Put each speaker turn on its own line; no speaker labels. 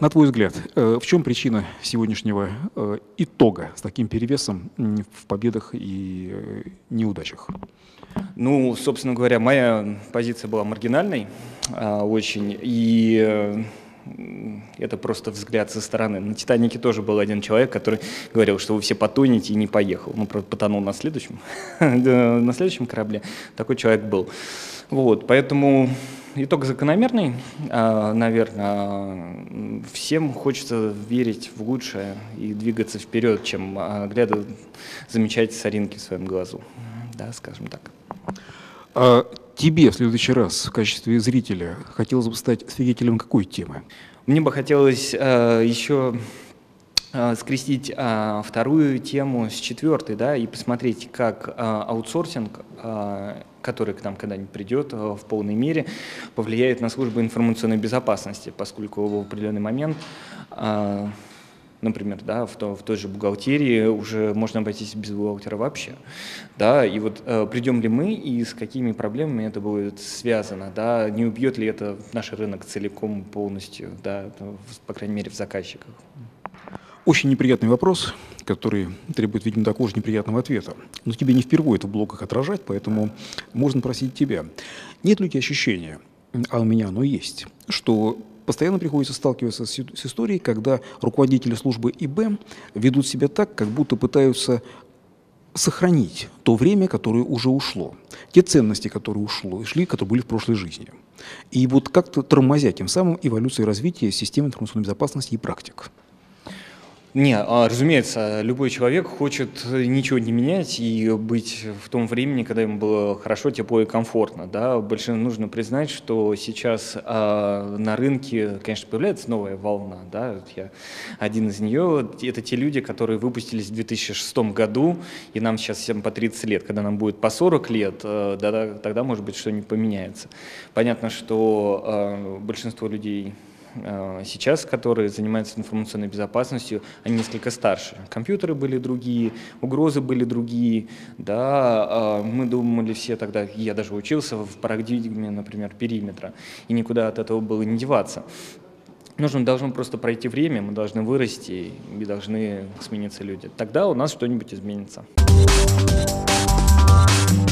На твой взгляд, в чем причина сегодняшнего итога с таким перевесом в победах и неудачах?
Ну, собственно говоря, моя позиция была маргинальной очень, и это просто взгляд со стороны. На «Титанике» тоже был один человек, который говорил, что вы все потонете, и не поехал. Ну, правда, потонул на следующем корабле. Такой человек был. Вот, поэтому итог закономерный. Наверное, всем хочется верить в лучшее и двигаться вперед, чем замечать соринки в своем глазу. Да, скажем так.
А тебе в следующий раз в качестве зрителя хотелось бы стать свидетелем какой темы?
Мне бы хотелось еще скрестить вторую тему с четвертой, да, и посмотреть, как аутсорсинг, который к нам когда-нибудь придет в полной мере, повлияет на службу информационной безопасности, поскольку в определенный момент, например, да, в той же бухгалтерии уже можно обойтись без бухгалтера вообще. Да, и вот придем ли мы и с какими проблемами это будет связано, да, не убьет ли это наш рынок целиком, полностью, да, по крайней мере, в заказчиках.
Очень неприятный вопрос, который требует, видимо, такого же неприятного ответа. Но тебе не впервые это в блогах отражать, поэтому можно просить тебя. Нет ли у тебя ощущения, а у меня оно есть, что постоянно приходится сталкиваться с историей, когда руководители службы ИБ ведут себя так, как будто пытаются сохранить то время, которое уже ушло, те ценности, которые которые были в прошлой жизни. И вот как-то тормозя тем самым эволюцию и развитие системы информационной безопасности и практик.
Не, разумеется, любой человек хочет ничего не менять и быть в том времени, когда ему было хорошо, тепло и комфортно. Да? Нужно признать, что сейчас на рынке, конечно, появляется новая волна. Да? Я один из нее. Это те люди, которые выпустились в 2006 году, и нам сейчас всем по 30 лет. Когда нам будет по 40 лет, тогда, может быть, что-нибудь поменяется. Понятно, что большинство людей сейчас, которые занимаются информационной безопасностью, они несколько старше. Компьютеры были другие, угрозы были другие. Да, мы думали все тогда, я даже учился в парадигме, например, периметра, и никуда от этого было не деваться. Должно просто пройти время, мы должны вырасти и должны смениться люди. Тогда у нас что-нибудь изменится.